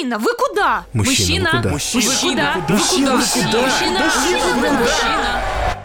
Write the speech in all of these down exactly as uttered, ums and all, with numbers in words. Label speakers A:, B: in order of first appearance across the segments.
A: Мужчина, вы куда?
B: Мужчина, вы куда?
A: Мужчина, вы куда?
B: Мужчина, вы куда?
A: Мужчина,
B: Мужчина,
A: вы
B: вы
A: куда?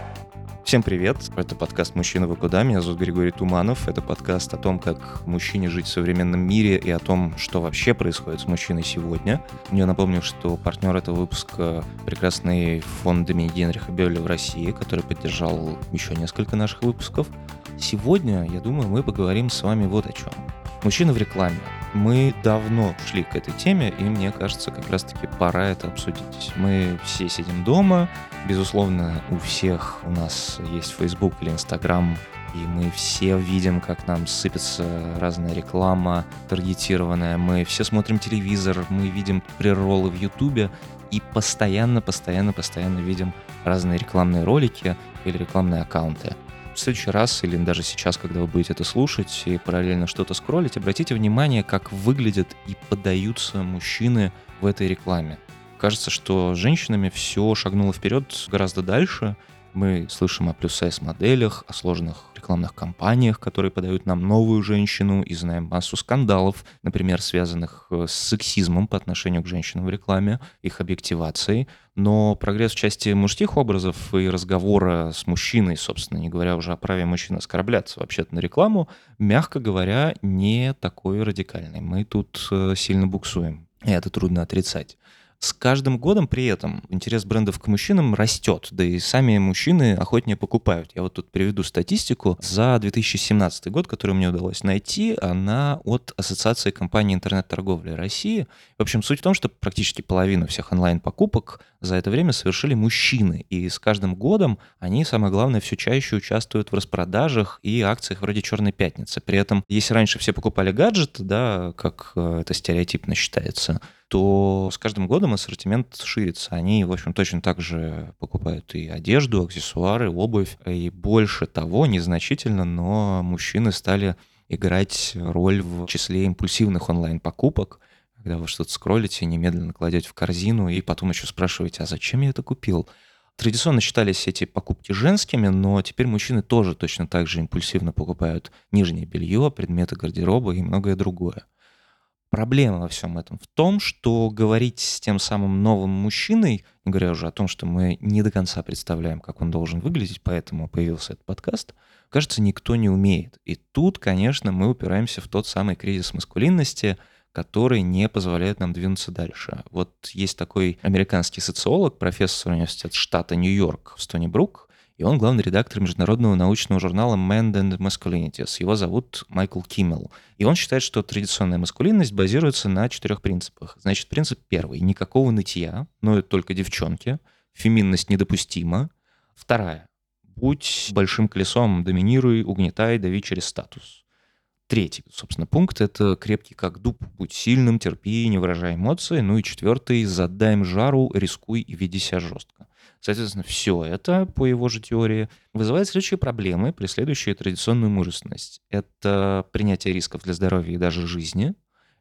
C: Всем привет, это подкаст «Мужчина, вы куда?». Меня зовут Григорий Туманов. Это подкаст о том, как мужчине жить в современном мире и о том, что вообще происходит с мужчиной сегодня. Я напомню, что партнер этого выпуска — прекрасный фонд имени Генриха Бёля в России, который поддержал еще несколько наших выпусков. Сегодня, я думаю, мы поговорим с вами вот о чем. Мужчина в рекламе. Мы давно шли к этой теме, и мне кажется, как раз-таки пора это обсудить. Мы все сидим дома, безусловно, у всех у нас есть Facebook или Instagram, и мы все видим, как нам сыпется разная реклама таргетированная. Мы все смотрим телевизор, мы видим прероллы в Ютубе, и постоянно, постоянно, постоянно видим разные рекламные ролики или рекламные аккаунты. В следующий раз, или даже сейчас, когда вы будете это слушать и параллельно что-то скроллить, обратите внимание, как выглядят и подаются мужчины в этой рекламе. Кажется, что с женщинами все шагнуло вперед гораздо дальше. Мы слышим о плюс-сайз-моделях, о сложных рекламных кампаниях, которые подают нам новую женщину, и знаем массу скандалов, например, связанных с сексизмом по отношению к женщинам в рекламе, их объективацией. Но прогресс в части мужских образов и разговора с мужчиной, собственно, не говоря уже о праве мужчин оскорбляться вообще-то на рекламу, мягко говоря, не такой радикальный. Мы тут сильно буксуем, и это трудно отрицать. С каждым годом при этом интерес брендов к мужчинам растет, да и сами мужчины охотнее покупают. Я вот тут приведу статистику за две тысячи семнадцатый год, которую мне удалось найти. Она от Ассоциации компаний интернет-торговли России. В общем, суть в том, что практически половину всех онлайн-покупок за это время совершили мужчины. И с каждым годом они, самое главное, все чаще участвуют в распродажах и акциях вроде «Черной пятницы». При этом, если раньше все покупали гаджеты, да, как это стереотипно считается, то с каждым годом ассортимент ширится. Они, в общем, точно так же покупают и одежду, аксессуары, обувь. И больше того, незначительно, но мужчины стали играть роль в числе импульсивных онлайн-покупок, когда вы что-то скроллите, немедленно кладете в корзину и потом еще спрашиваете, а зачем я это купил? Традиционно считались эти покупки женскими, но теперь мужчины тоже точно так же импульсивно покупают нижнее белье, предметы гардероба и многое другое. Проблема во всем этом в том, что говорить с тем самым новым мужчиной, не говоря уже о том, что мы не до конца представляем, как он должен выглядеть, поэтому появился этот подкаст, кажется, никто не умеет. И тут, конечно, мы упираемся в тот самый кризис маскулинности, который не позволяет нам двинуться дальше. Вот есть такой американский социолог, профессор университета штата Нью-Йорк Стони Брук, и он главный редактор международного научного журнала Men and Masculinities. Его зовут Майкл Киммел. И он считает, что традиционная маскулинность базируется на четырех принципах. Значит, принцип первый. Никакого нытья, но это только девчонки. Феминность недопустима. Вторая. Будь большим колесом, доминируй, угнетай, дави через статус. Третий, собственно, пункт — это крепкий как дуб. Будь сильным, терпи, не выражай эмоции. Ну и четвертый — задай им жару, рискуй и веди себя жестко. Соответственно, все это, по его же теории, вызывает следующие проблемы, преследующие традиционную мужественность. Это принятие рисков для здоровья и даже жизни,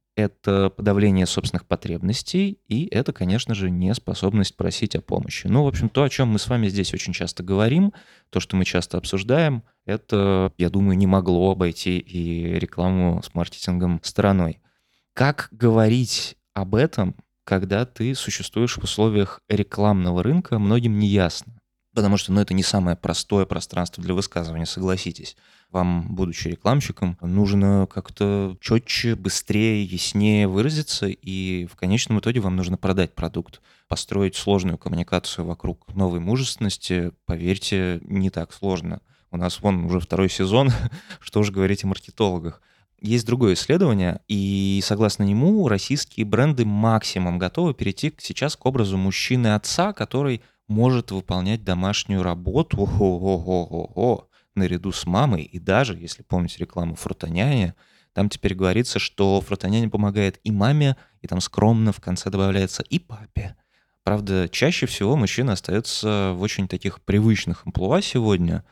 C: это подавление собственных потребностей, и это, конечно же, неспособность просить о помощи. Ну, в общем, то, о чем мы с вами здесь очень часто говорим, то, что мы часто обсуждаем, это, я думаю, не могло обойти и рекламу с маркетингом стороной. Как говорить об этом, когда ты существуешь в условиях рекламного рынка, многим не ясно. Потому что, ну, это не самое простое пространство для высказывания, согласитесь. Вам, будучи рекламщиком, нужно как-то четче, быстрее, яснее выразиться, и в конечном итоге вам нужно продать продукт. Построить сложную коммуникацию вокруг новой мужественности, поверьте, не так сложно. У нас вон уже второй сезон, что уж говорить о маркетологах. Есть другое исследование, и согласно нему российские бренды максимум готовы перейти сейчас к образу мужчины-отца, который может выполнять домашнюю работу ого-го-го-го, наряду с мамой. И даже, если помните рекламу Фрутоняни, там теперь говорится, что Фрутоняня помогает и маме, и там скромно в конце добавляется и папе. Правда, чаще всего мужчина остается в очень таких привычных амплуа сегодня,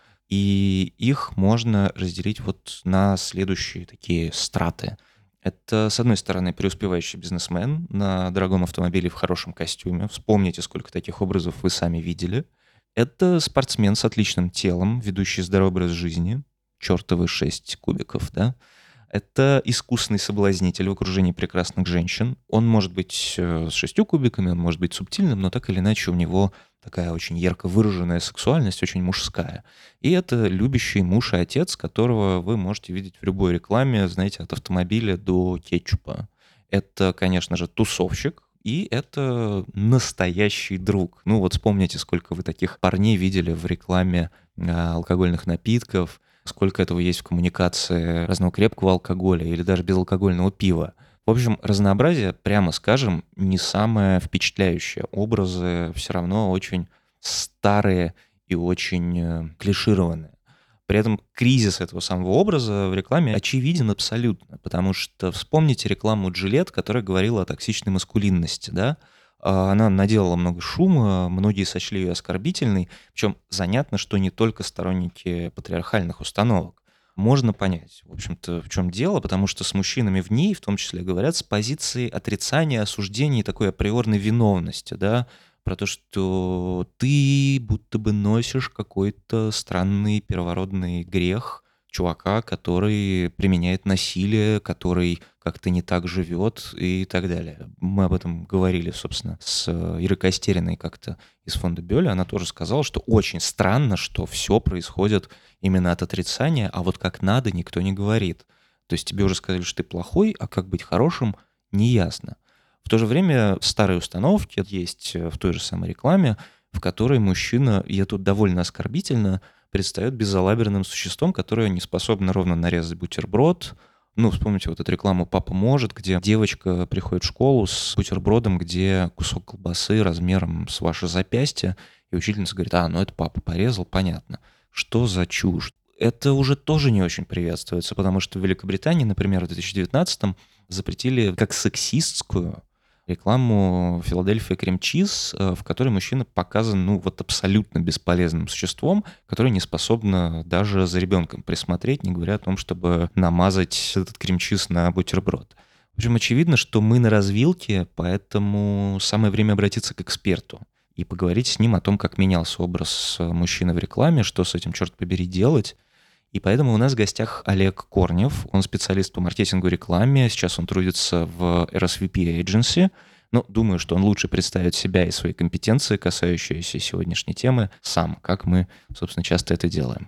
C: и их можно разделить вот на следующие такие страты. Это, с одной стороны, преуспевающий бизнесмен на дорогом автомобиле в хорошем костюме. Вспомните, сколько таких образов вы сами видели. Это спортсмен с отличным телом, ведущий здоровый образ жизни. Чертовы шесть кубиков, да? Это искусный соблазнитель в окружении прекрасных женщин. Он может быть э, с шестью кубиками, он может быть субтильным, но так или иначе у него такая очень ярко выраженная сексуальность, очень мужская. И это любящий муж и отец, которого вы можете видеть в любой рекламе, знаете, от автомобиля до кетчупа. Это, конечно же, тусовщик, и это настоящий друг. Ну вот вспомните, сколько вы таких парней видели в рекламе а, алкогольных напитков, сколько этого есть в коммуникации разного крепкого алкоголя или даже безалкогольного пива. В общем, разнообразие, прямо скажем, не самое впечатляющее. Образы все равно очень старые и очень э, клишированные. При этом кризис этого самого образа в рекламе очевиден абсолютно, потому что вспомните рекламу Gillette, которая говорила о токсичной маскулинности, да? А, Она наделала много шума, многие сочли ее оскорбительной, причем занятно, что не только сторонники патриархальных установок. Можно понять, в общем-то, в чем дело, потому что с мужчинами в ней, в том числе, говорят с позиции отрицания, осуждения и такой априорной виновности, да, про то, что ты будто бы носишь какой-то странный первородный грех чувака, который применяет насилие, который как-то не так живет и так далее. Мы об этом говорили, собственно, с Ирой Костериной как-то из фонда Бёля. Она тоже сказала, что очень странно, что все происходит именно от отрицания, а вот как надо, никто не говорит. То есть тебе уже сказали, что ты плохой, а как быть хорошим, неясно. В то же время старые установки есть в той же самой рекламе, в которой мужчина, и это довольно оскорбительно, предстает безалаберным существом, которое не способно ровно нарезать бутерброд. Ну, вспомните вот эту рекламу «Папа может», где девочка приходит в школу с бутербродом, где кусок колбасы размером с ваше запястье, и учительница говорит: а, ну это папа порезал, понятно. Что за чушь? Это уже тоже не очень приветствуется, потому что в Великобритании, например, в две тысячи девятнадцатом запретили как сексистскую рекламу Филадельфия крем-чиз, э, в которой мужчина показан, ну, вот абсолютно бесполезным существом, которое не способно даже за ребенком присмотреть, не говоря о том, чтобы намазать этот крем-чиз на бутерброд. В общем, очевидно, что мы на развилке, поэтому самое время обратиться к эксперту и поговорить с ним о том, как менялся образ э, мужчины в рекламе, что с этим, черт побери, делать. И поэтому у нас в гостях Олег Корнев, он специалист по маркетингу и рекламе, сейчас он трудится в эр эс ви пи Agency, но думаю, что он лучше представит себя и свои компетенции, касающиеся сегодняшней темы, сам, как мы, собственно, часто это делаем.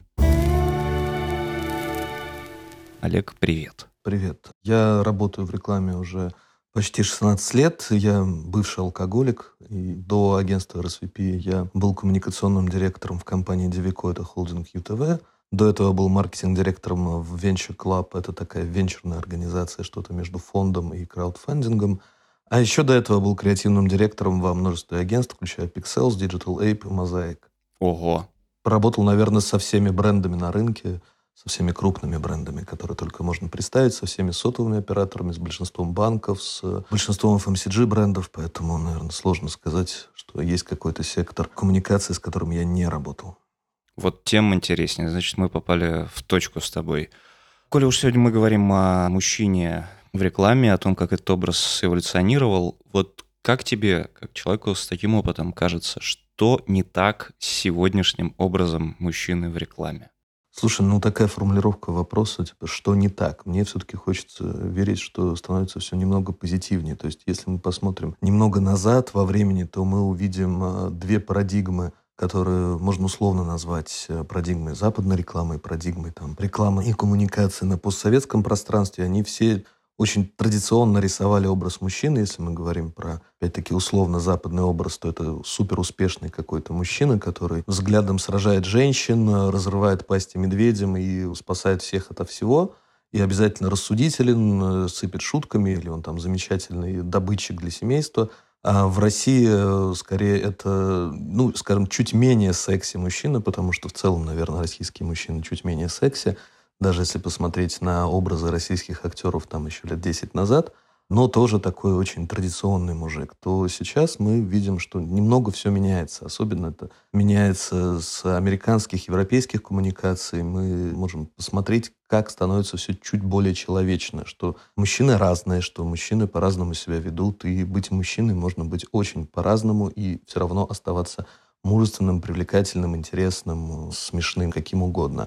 C: Олег, привет.
A: Привет. Я работаю в рекламе уже почти шестнадцать лет. Я бывший алкоголик. И до агентства эр эс ви пи я был коммуникационным директором в компании Девико, это холдинг ю ти ви. До этого был маркетинг-директором в Venture Club. Это такая венчурная организация, что-то между фондом и краудфандингом. А еще до этого был креативным директором во множестве агентств, включая Pixels, Digital Ape и Mosaic.
C: Ого.
A: Поработал, наверное, со всеми брендами на рынке, со всеми крупными брендами, которые только можно представить, со всеми сотовыми операторами, с большинством банков, с большинством эф эм си джи брендов. Поэтому, наверное, сложно сказать, что есть какой-то сектор коммуникации, с которым я не работал.
C: Вот тем интереснее. Значит, мы попали в точку с тобой. Коли уж сегодня мы говорим о мужчине в рекламе, о том, как этот образ эволюционировал, вот как тебе, как человеку с таким опытом, кажется, что не так с сегодняшним образом мужчины в рекламе?
A: Слушай, ну такая формулировка вопроса, типа, что не так? Мне все-таки хочется верить, что становится все немного позитивнее. То есть, если мы посмотрим немного назад во времени, то мы увидим э, две парадигмы, которые можно условно назвать э, парадигмой западной рекламы, парадигмой там, рекламы и коммуникации на постсоветском пространстве. Они все очень традиционно рисовали образ мужчины. Если мы говорим про, опять-таки, условно-западный образ, то это суперуспешный какой-то мужчина, который взглядом сражает женщин, разрывает пасти медведям и спасает всех ото всего. И обязательно рассудителен, сыпет шутками, или он там замечательный добытчик для семейства. А в России, скорее, это, ну, скажем, чуть менее секси мужчина, потому что в целом, наверное, российские мужчины чуть менее секси. Даже если посмотреть на образы российских актеров там еще лет десять назад, но тоже такой очень традиционный мужик, то сейчас мы видим, что немного все меняется. Особенно это меняется с американских, европейских коммуникаций. Мы можем посмотреть, как становится все чуть более человечно, что мужчины разные, что мужчины по-разному себя ведут, и быть мужчиной можно быть очень по-разному и все равно оставаться мужественным, привлекательным, интересным, смешным, каким угодно.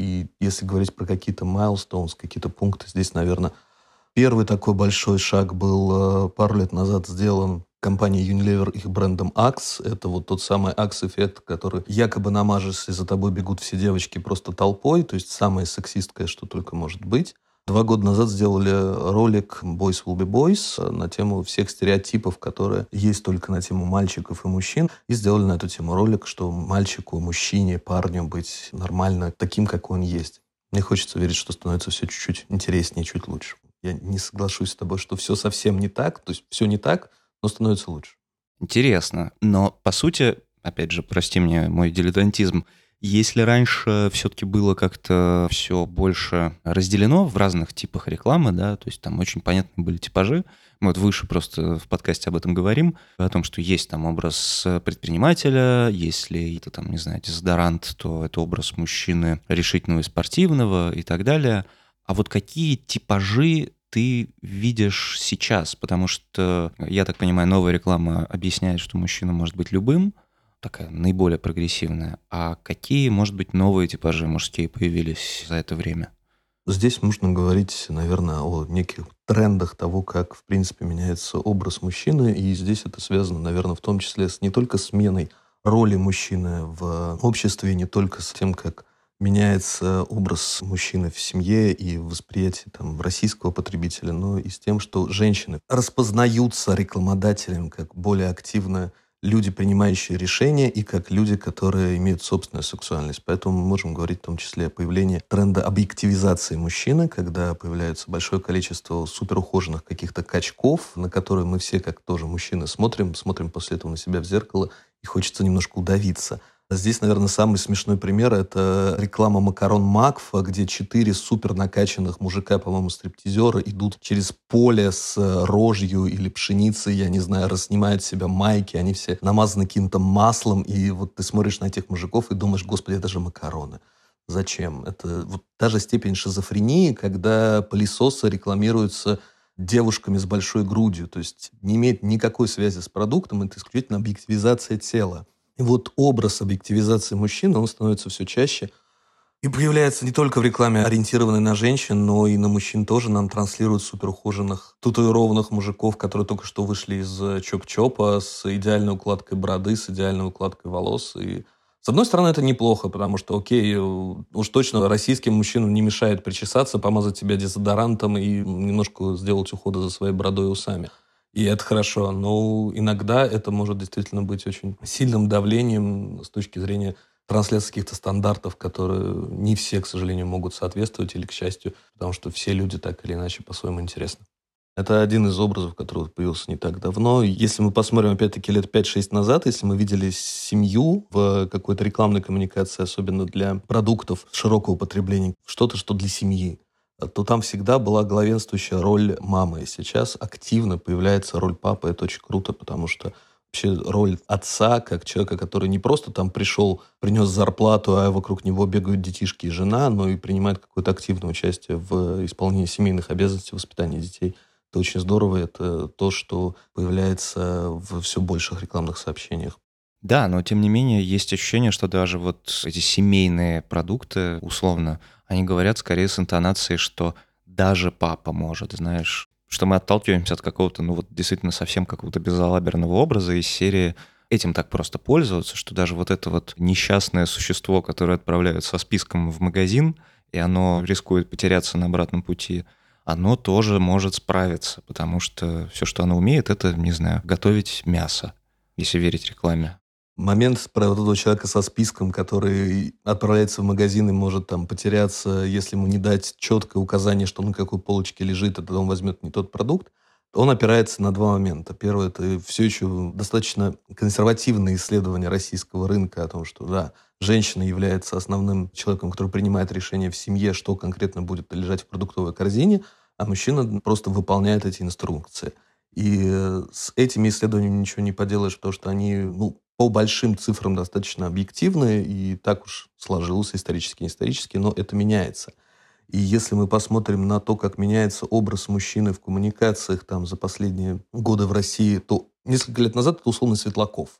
A: И если говорить про какие-то milestones, какие-то пункты, здесь, наверное, первый такой большой шаг был э, пару лет назад сделан компанией Unilever их брендом Axe. Это вот тот самый Axe-эффект, который якобы намажешься, и за тобой бегут все девочки просто толпой, то есть самое сексистское, что только может быть. Два года назад сделали ролик «Boys will be boys» на тему всех стереотипов, которые есть только на тему мальчиков и мужчин. И сделали на эту тему ролик, что мальчику, мужчине, парню быть нормально таким, какой он есть. Мне хочется верить, что становится все чуть-чуть интереснее, чуть лучше. Я не соглашусь с тобой, что все совсем не так, то есть все не так, но становится лучше.
C: Интересно. Но, по сути, опять же, прости мне мой дилетантизм, если раньше все-таки было как-то все больше разделено в разных типах рекламы, да, то есть там очень понятные были типажи, мы вот выше просто в подкасте об этом говорим, о том, что есть там образ предпринимателя, если это там, не знаю, дезодорант, то это образ мужчины решительного и спортивного и так далее. А вот какие типажи ты видишь сейчас? Потому что, я так понимаю, новая реклама объясняет, что мужчина может быть любым, такая наиболее прогрессивная. А какие, может быть, новые типажи мужские появились за это время?
A: Здесь нужно говорить, наверное, о неких трендах того, как, в принципе, меняется образ мужчины. И здесь это связано, наверное, в том числе с, не только сменой роли мужчины в обществе, не только с тем, как меняется образ мужчины в семье и в восприятии там, российского потребителя, но и с тем, что женщины распознаются рекламодателем как более активно люди, принимающие решения, и как люди, которые имеют собственную сексуальность. Поэтому мы можем говорить в том числе о появлении тренда объективизации мужчины, когда появляется большое количество суперухоженных каких-то качков, на которые мы все, как тоже мужчины, смотрим, смотрим после этого на себя в зеркало, и хочется немножко удавиться. Здесь, наверное, самый смешной пример — это реклама макарон Макфа, где четыре супер накачанных мужика, по-моему, стриптизера, идут через поле с рожью или пшеницей, я не знаю, расснимают с себя майки, они все намазаны каким-то маслом, и вот ты смотришь на этих мужиков и думаешь: господи, это же макароны. Зачем? Это вот та же степень шизофрении, когда пылесосы рекламируются девушками с большой грудью, то есть не имеет никакой связи с продуктом, это исключительно объективизация тела. И вот образ объективизации мужчины, он становится все чаще и появляется не только в рекламе, ориентированной на женщин, но и на мужчин тоже. Нам транслируют суперухоженных, татуированных мужиков, которые только что вышли из чоп-чопа, с идеальной укладкой бороды, с идеальной укладкой волос. И с одной стороны, это неплохо, потому что, окей, уж точно российским мужчинам не мешает причесаться, помазать себя дезодорантом и немножко сделать ухода за своей бородой и усами. И это хорошо, но иногда это может действительно быть очень сильным давлением с точки зрения трансляции каких-то стандартов, которые не все, к сожалению, могут соответствовать, или к счастью, потому что все люди так или иначе по-своему интересны. Это один из образов, который появился не так давно. Если мы посмотрим, опять-таки, лет пять-шесть назад, если мы видели семью в какой-то рекламной коммуникации, особенно для продуктов широкого потребления, что-то, что для семьи, то там всегда была главенствующая роль мамы. И сейчас активно появляется роль папы. Это очень круто, потому что вообще роль отца, как человека, который не просто там пришел, принес зарплату, а вокруг него бегают детишки и жена, но и принимает какое-то активное участие в исполнении семейных обязанностей, воспитании детей. Это очень здорово. Это то, что появляется в все больших рекламных сообщениях.
C: Да, но тем не менее есть ощущение, что даже вот эти семейные продукты, условно, они говорят скорее с интонацией, что даже папа может, знаешь, что мы отталкиваемся от какого-то, ну вот действительно совсем какого-то безалаберного образа из серии «этим так просто пользоваться», что даже вот это вот несчастное существо, которое отправляют со списком в магазин, и оно рискует потеряться на обратном пути, оно тоже может справиться, потому что все, что оно умеет, это, не знаю, готовить мясо, если верить рекламе.
A: Момент про вот этого человека со списком, который отправляется в магазин и может там потеряться, если ему не дать четкое указание, что на какой полочке лежит, и тогда он возьмет не тот продукт, он опирается на два момента. Первое — это все еще достаточно консервативное исследование российского рынка о том, что, да, женщина является основным человеком, который принимает решение в семье, что конкретно будет лежать в продуктовой корзине, а мужчина просто выполняет эти инструкции. И с этими исследованиями ничего не поделаешь, потому что они, ну, по большим цифрам достаточно объективные, и так уж сложилось исторически, не исторически, но это меняется. И если мы посмотрим на то, как меняется образ мужчины в коммуникациях там, за последние годы в России, то несколько лет назад это условно Светлаков.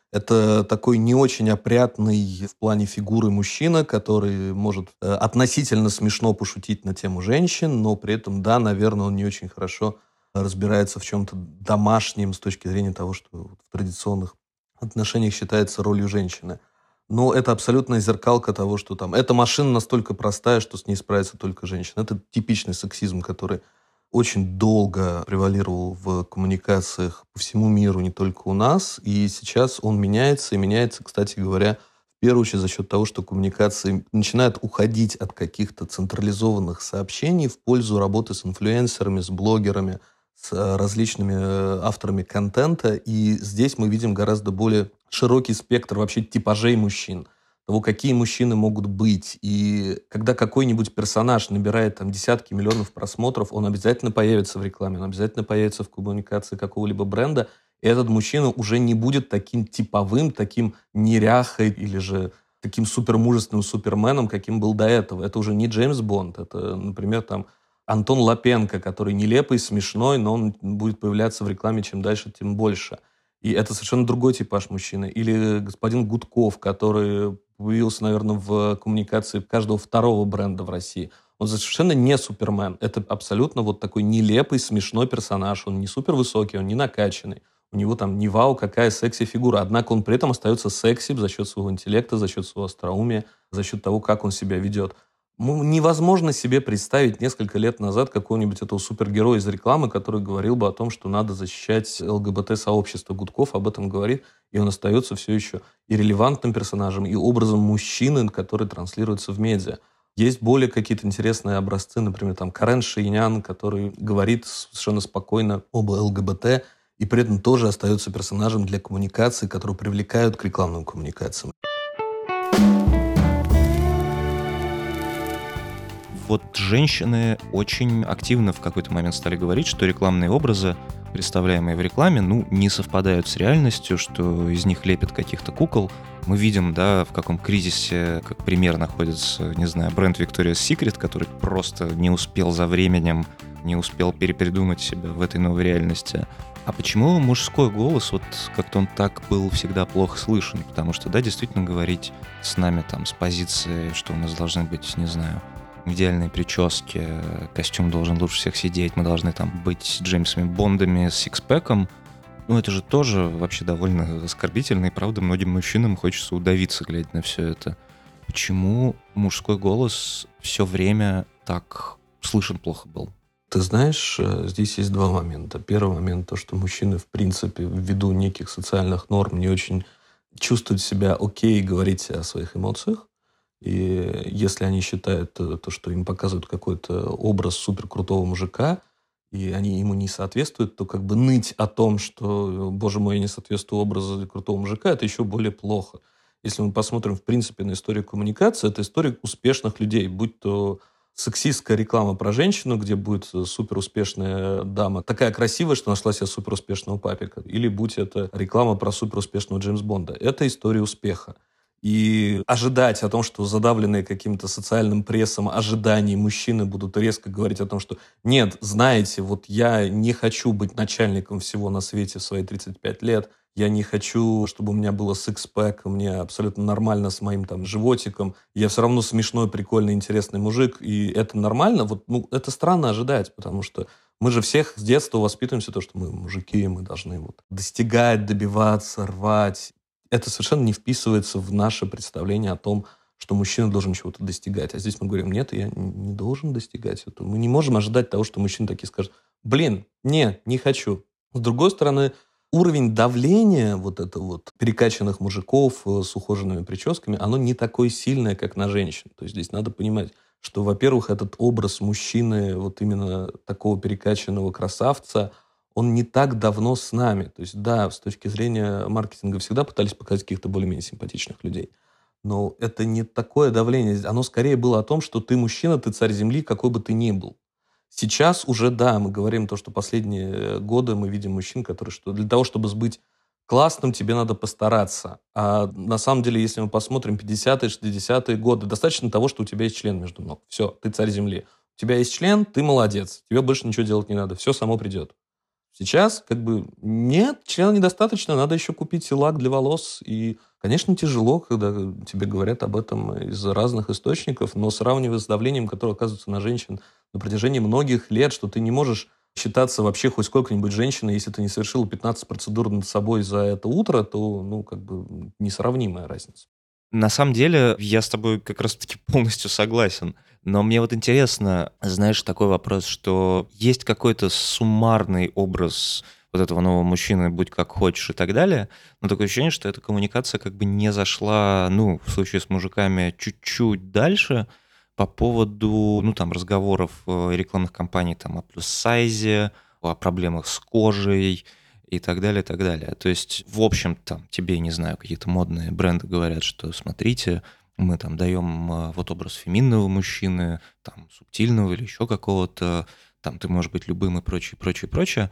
A: Это такой не очень опрятный в плане фигуры мужчина, который может э, относительно смешно пошутить на тему женщин, но при этом, да, наверное, он не очень хорошо разбирается в чем-то домашнем с точки зрения того, что вот в традиционных отношениях считается ролью женщины. Но это абсолютная зеркалка того, что там эта машина настолько простая, что с ней справится только женщина. Это типичный сексизм, который очень долго превалировал в коммуникациях по всему миру, не только у нас. И сейчас он меняется, и меняется, кстати говоря, в первую очередь за счет того, что коммуникации начинают уходить от каких-то централизованных сообщений в пользу работы с инфлюенсерами, с блогерами, с э, различными э, авторами контента. И здесь мы видим гораздо более широкий спектр вообще типажей мужчин, того, какие мужчины могут быть. И когда какой-нибудь персонаж набирает там десятки миллионов просмотров, он обязательно появится в рекламе, он обязательно появится в коммуникации какого-либо бренда, и этот мужчина уже не будет таким типовым, таким неряхой или же таким супермужественным суперменом, каким был до этого. Это уже не Джеймс Бонд, это, например, там Антон Лапенко, который нелепый, смешной, но он будет появляться в рекламе чем дальше, тем больше. И это совершенно другой типаж мужчины. Или господин Гудков, который появился, наверное, в коммуникации каждого второго бренда в России. Он совершенно не супермен. Это абсолютно вот такой нелепый, смешной персонаж. Он не супервысокий, он не накачанный. У него там не вау, какая секси-фигура. Однако он при этом остается секси за счет своего интеллекта, за счет своего остроумия, за счет того, как он себя ведет. Ну, невозможно себе представить несколько лет назад какого-нибудь этого супергероя из рекламы, который говорил бы о том, что надо защищать ЛГБТ-сообщество. Гудков об этом говорит, и он остается все еще и релевантным персонажем, и образом мужчины, который транслируется в медиа. Есть более какие-то интересные образцы, например, там Карен Шейнян, который говорит совершенно спокойно об ЛГБТ, и при этом тоже остается персонажем для коммуникации, которые привлекают к рекламным коммуникациям.
C: Вот женщины очень активно в какой-то момент стали говорить, что рекламные образы, представляемые в рекламе, ну, не совпадают с реальностью, что из них лепят каких-то кукол. Мы видим, да, в каком кризисе, как пример, находится, не знаю, бренд Victoria's Secret, который просто не успел за временем, не успел перепередумать себя в этой новой реальности. А почему мужской голос, вот как-то он так был всегда плохо слышен? Потому что, да, действительно говорить с нами там с позиции, что у нас должны быть, не знаю, идеальные прически, костюм должен лучше всех сидеть, мы должны там быть Джеймсами Бондами с сикспэком. Ну, это же тоже вообще довольно оскорбительно, и правда многим мужчинам хочется удавиться, глядя на все это. Почему мужской голос все время так слышен плохо был?
A: Ты знаешь, здесь есть два момента. Первый момент, то, что мужчины, в принципе, ввиду неких социальных норм не очень чувствуют себя окей говорить о своих эмоциях. И если они считают то, что им показывают какой-то образ суперкрутого мужика, и они ему не соответствуют, то как бы ныть о том, что, боже мой, я не соответствую образу крутого мужика, это еще более плохо. Если мы посмотрим, в принципе, на историю коммуникации, это история успешных людей, будь то сексистская реклама про женщину, где будет суперуспешная дама, такая красивая, что нашла себе суперуспешного папика, или будь это реклама про суперуспешного Джеймс Бонда. Это история успеха. И ожидать о том, что задавленные каким-то социальным прессом ожиданий мужчины будут резко говорить о том, что нет, знаете, вот я не хочу быть начальником всего на свете в свои тридцать пять лет, я не хочу, чтобы у меня было сикспэк, мне абсолютно нормально с моим там животиком, я все равно смешной, прикольный, интересный мужик, и это нормально, вот, ну, это странно ожидать, потому что мы же всех с детства воспитываемся, то, что мы мужики, мы должны вот достигать, добиваться, рвать. Это совершенно не вписывается в наше представление о том, что мужчина должен чего-то достигать. А здесь мы говорим, нет, я не должен достигать этого. Мы не можем ожидать того, что мужчина такие скажет, блин, не, не хочу. С другой стороны, уровень давления вот это вот перекачанных мужиков с ухоженными прическами, оно не такое сильное, как на женщин. То есть здесь надо понимать, что, во-первых, этот образ мужчины, вот именно такого перекачанного красавца, он не так давно с нами. То есть, да, с точки зрения маркетинга всегда пытались показать каких-то более-менее симпатичных людей. Но это не такое давление. Оно скорее было о том, что ты мужчина, ты царь земли, какой бы ты ни был. Сейчас уже, да, мы говорим то, что последние годы мы видим мужчин, которые, что для того, чтобы быть классным, тебе надо постараться. А на самом деле, если мы посмотрим пятидесятые, шестидесятые годы, достаточно того, что у тебя есть член между ног. Все, ты царь земли. У тебя есть член, ты молодец. Тебе больше ничего делать не надо. Все само придет. Сейчас как бы нет, члена недостаточно, надо еще купить лак для волос. И, конечно, тяжело, когда тебе говорят об этом из разных источников, но сравнивая с давлением, которое оказывается на женщин на протяжении многих лет, что ты не можешь считаться вообще хоть сколько-нибудь женщиной, если ты не совершил пятнадцать процедур над собой за это утро, то, ну, как бы несравнимая разница.
C: На самом деле, я с тобой как раз-таки полностью согласен. Но мне вот интересно, знаешь, такой вопрос, что есть какой-то суммарный образ вот этого нового мужчины, будь как хочешь и так далее, но такое ощущение, что эта коммуникация как бы не зашла, ну, в случае с мужиками, чуть-чуть дальше по поводу, ну, там, разговоров э, рекламных кампаний там о плюс-сайзе, о проблемах с кожей, и так далее, и так далее. То есть, в общем, там тебе, не знаю, какие-то модные бренды говорят, что смотрите, мы там даем а, вот образ феминного мужчины, там, субтильного или еще какого-то, там, ты можешь быть любым и прочее, прочее, прочее,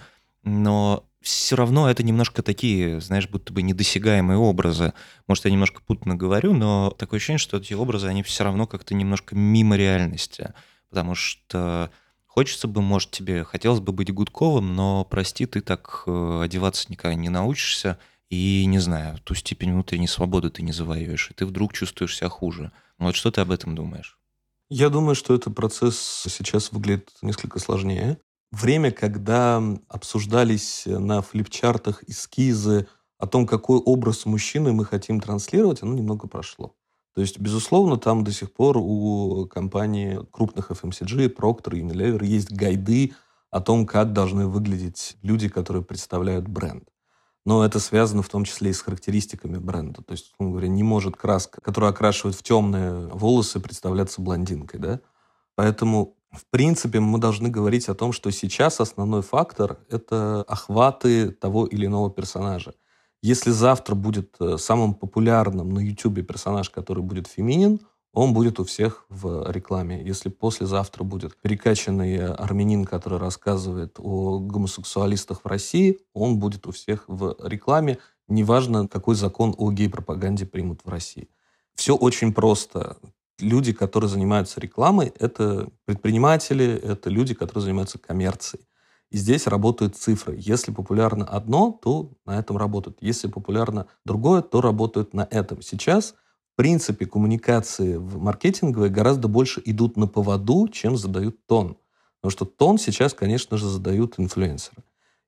C: но все равно это немножко такие, знаешь, будто бы недосягаемые образы. Может, я немножко путно говорю, но такое ощущение, что эти образы, они все равно как-то немножко мимо реальности, потому что хочется бы, может, тебе хотелось бы быть Гудковым, но, прости, ты так э, одеваться никогда не научишься, и, не знаю, ту степень внутренней свободы ты не завоюешь, и ты вдруг чувствуешь себя хуже. Вот что ты об этом думаешь?
A: Я думаю, что этот процесс сейчас выглядит несколько сложнее. Время, когда обсуждались на флипчартах эскизы о том, какой образ мужчины мы хотим транслировать, оно немного прошло. То есть, безусловно, там до сих пор у компании крупных эф эм си джи, Procter и Unilever есть гайды о том, как должны выглядеть люди, которые представляют бренд. Но это связано в том числе и с характеристиками бренда. То есть, условно говоря, не может краска, которая окрашивает в темные волосы, представляться блондинкой, да? Поэтому, в принципе, мы должны говорить о том, что сейчас основной фактор — это охваты того или иного персонажа. Если завтра будет э, самым популярным на Ютубе персонаж, который будет феминин, он будет у всех в рекламе. Если послезавтра будет перекачанный армянин, который рассказывает о гомосексуалистах в России, он будет у всех в рекламе. Неважно, какой закон о гей-пропаганде примут в России. Все очень просто. Люди, которые занимаются рекламой, это предприниматели, это люди, которые занимаются коммерцией. И здесь работают цифры. Если популярно одно, то на этом работают. Если популярно другое, то работают на этом. Сейчас в принципе, коммуникации в маркетинговые гораздо больше идут на поводу, чем задают тон. Потому что тон сейчас, конечно же, задают инфлюенсеры.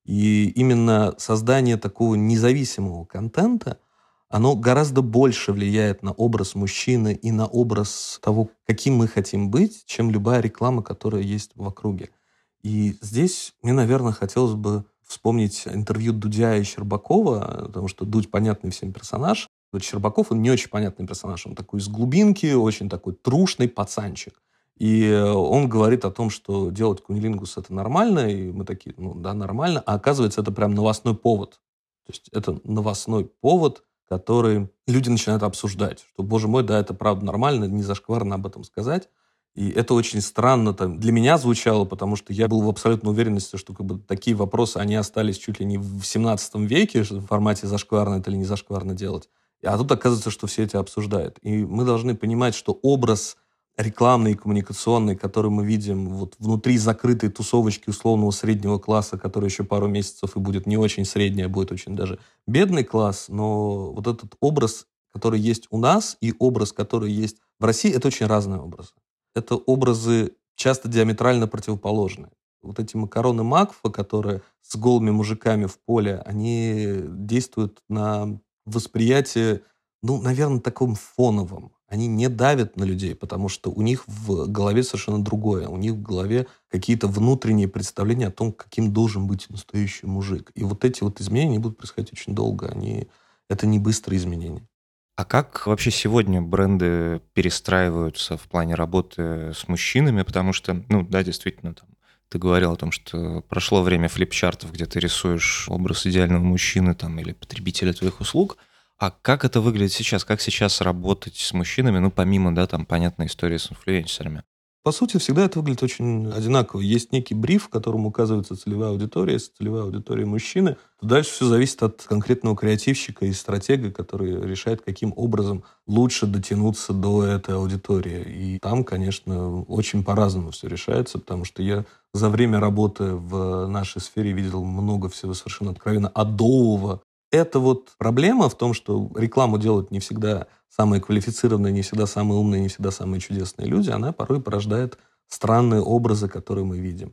A: И именно создание такого независимого контента, оно гораздо больше влияет на образ мужчины и на образ того, каким мы хотим быть, чем любая реклама, которая есть в округе. И здесь мне, наверное, хотелось бы вспомнить интервью Дудя и Щербакова, потому что Дудь — понятный всем персонаж. Вот Щербаков, он не очень понятный персонаж. Он такой из глубинки, очень такой трушный пацанчик. И он говорит о том, что делать кунилингус — это нормально. И мы такие, ну да, нормально. А оказывается, это прям новостной повод. То есть это новостной повод, который люди начинают обсуждать. Что, боже мой, да, это правда нормально, не зашкварно об этом сказать. И это очень странно там, для меня звучало, потому что я был в абсолютной уверенности, что как бы, такие вопросы, они остались чуть ли не в семнадцатом веке, что в формате зашкварно это или не зашкварно делать. А тут оказывается, что все это обсуждают. И мы должны понимать, что образ рекламный и коммуникационный, который мы видим вот внутри закрытой тусовочки условного среднего класса, который еще пару месяцев и будет не очень средний, а будет очень даже бедный класс, но вот этот образ, который есть у нас, и образ, который есть в России, это очень разные образы. Это образы часто диаметрально противоположные. Вот эти макароны Макфа, которые с голыми мужиками в поле, они действуют на восприятие, ну, наверное, таком фоновом. Они не давят на людей, потому что у них в голове совершенно другое. У них в голове какие-то внутренние представления о том, каким должен быть настоящий мужик. И вот эти вот изменения будут происходить очень долго. Они... Это не быстрые изменения.
C: А как вообще сегодня бренды перестраиваются в плане работы с мужчинами? Потому что, ну да, действительно, там, ты говорил о том, что прошло время флипчартов, где ты рисуешь образ идеального мужчины там, или потребителя твоих услуг. А как это выглядит сейчас? Как сейчас работать с мужчинами, ну, помимо, да, там, понятной истории с инфлюенсерами?
A: По сути, всегда это выглядит очень одинаково. Есть некий бриф, которому указывается целевая аудитория. Если целевая аудитория мужчины, то дальше все зависит от конкретного креативщика и стратега, который решает, каким образом лучше дотянуться до этой аудитории. И там, конечно, очень по-разному все решается, потому что я за время работы в нашей сфере видел много всего совершенно откровенно адового. Это вот проблема в том, что рекламу делают не всегда самые квалифицированные, не всегда самые умные, не всегда самые чудесные люди. Она порой порождает странные образы, которые мы видим.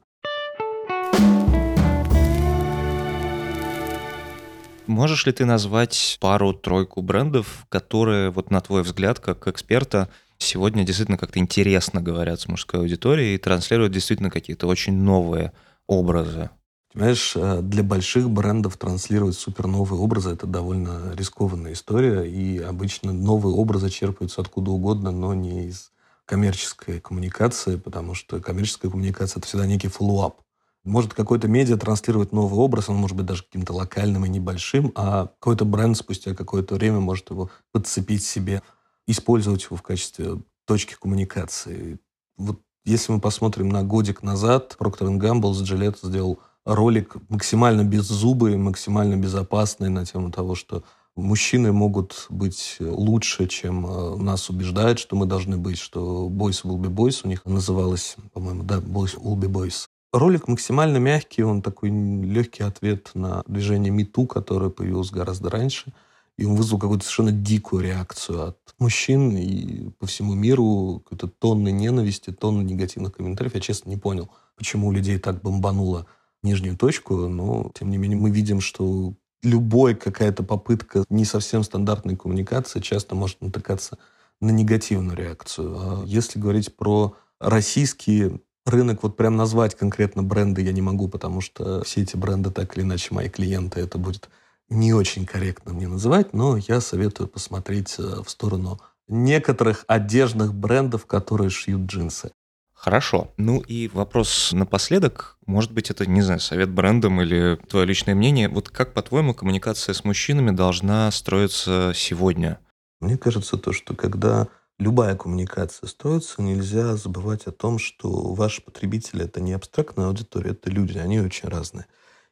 C: Можешь ли ты назвать пару-тройку брендов, которые, вот на твой взгляд, как эксперта, сегодня действительно как-то интересно говорят с мужской аудиторией и транслируют действительно какие-то очень новые образы?
A: Понимаешь, для больших брендов транслировать суперновые образы – это довольно рискованная история, и обычно новые образы черпаются откуда угодно, но не из коммерческой коммуникации, потому что коммерческая коммуникация – это всегда некий фоллоуап. Может какой-то медиа транслировать новый образ, он может быть даже каким-то локальным и небольшим, а какой-то бренд спустя какое-то время может его подцепить себе, использовать его в качестве точки коммуникации. Вот если мы посмотрим на годик назад, Procter энд Gamble с Gillette сделал ролик максимально беззубый, максимально безопасный на тему того, что мужчины могут быть лучше, чем нас убеждают, что мы должны быть, что boys will be boys, у них называлось, по-моему, да, boys will be boys. Ролик максимально мягкий, он такой легкий ответ на движение MeToo, которое появилось гораздо раньше, и он вызвал какую-то совершенно дикую реакцию от мужчин и по всему миру, какой-то тонны ненависти, тонны негативных комментариев. Я, честно, не понял, почему у людей так бомбануло нижнюю точку, но, тем не менее, мы видим, что любая какая-то попытка не совсем стандартной коммуникации часто может натыкаться на негативную реакцию. А если говорить про российский рынок, вот прям назвать конкретно бренды я не могу, потому что все эти бренды так или иначе мои клиенты, это будет не очень корректно мне называть, но я советую посмотреть в сторону некоторых одежных брендов, которые шьют джинсы.
C: Хорошо. Ну и вопрос напоследок. Может быть, это, не знаю, совет брендам или твое личное мнение. Вот как, по-твоему, коммуникация с мужчинами должна строиться сегодня?
A: Мне кажется, то, что когда любая коммуникация строится, нельзя забывать о том, что ваши потребители – это не абстрактная аудитория, это люди, они очень разные.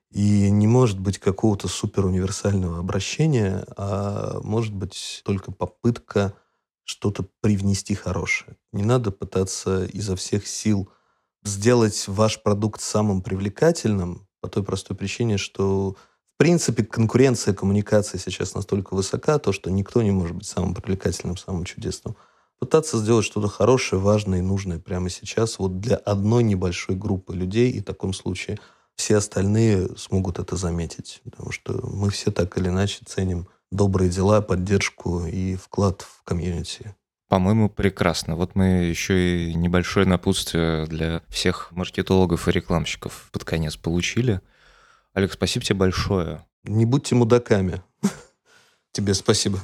A: И не может быть какого-то суперуниверсального обращения, а может быть только попытка что-то привнести хорошее. Не надо пытаться изо всех сил сделать ваш продукт самым привлекательным по той простой причине, что, в принципе, конкуренция коммуникации сейчас настолько высока, то, что никто не может быть самым привлекательным, самым чудесным. Пытаться сделать что-то хорошее, важное и нужное прямо сейчас вот для одной небольшой группы людей, и в таком случае все остальные смогут это заметить. Потому что мы все так или иначе ценим добрые дела, поддержку и вклад в комьюнити.
C: По-моему, прекрасно. Вот мы еще и небольшое напутствие для всех маркетологов и рекламщиков под конец получили. Олег, спасибо тебе большое.
A: Не будьте мудаками. Тебе спасибо.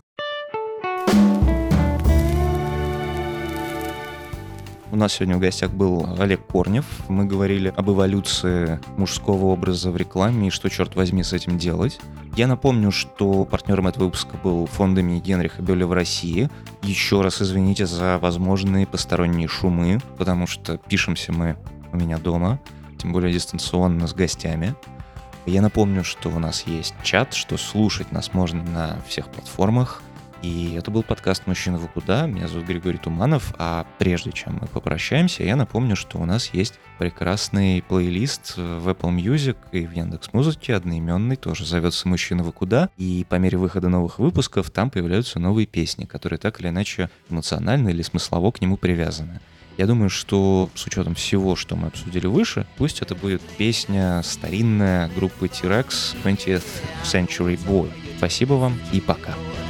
C: У нас сегодня в гостях был Олег Корнев. Мы говорили об эволюции мужского образа в рекламе и что, черт возьми, с этим делать. Я напомню, что партнером этого выпуска был фонд имени Генриха Бёля в России. Еще раз извините за возможные посторонние шумы, потому что пишемся мы у меня дома, тем более дистанционно с гостями. Я напомню, что у нас есть чат, что слушать нас можно на всех платформах. И это был подкаст «Мужчина, вы куда?». Меня зовут Григорий Туманов. А прежде чем мы попрощаемся, я напомню, что у нас есть прекрасный плейлист в Apple Music и в Яндекс.Музыке, одноименный, тоже зовется «Мужчина, вы куда?». И по мере выхода новых выпусков там появляются новые песни, которые так или иначе эмоционально или смыслово к нему привязаны. Я думаю, что с учетом всего, что мы обсудили выше, пусть это будет песня старинная группы T-Rex «twentieth Century Boy». Спасибо вам и пока.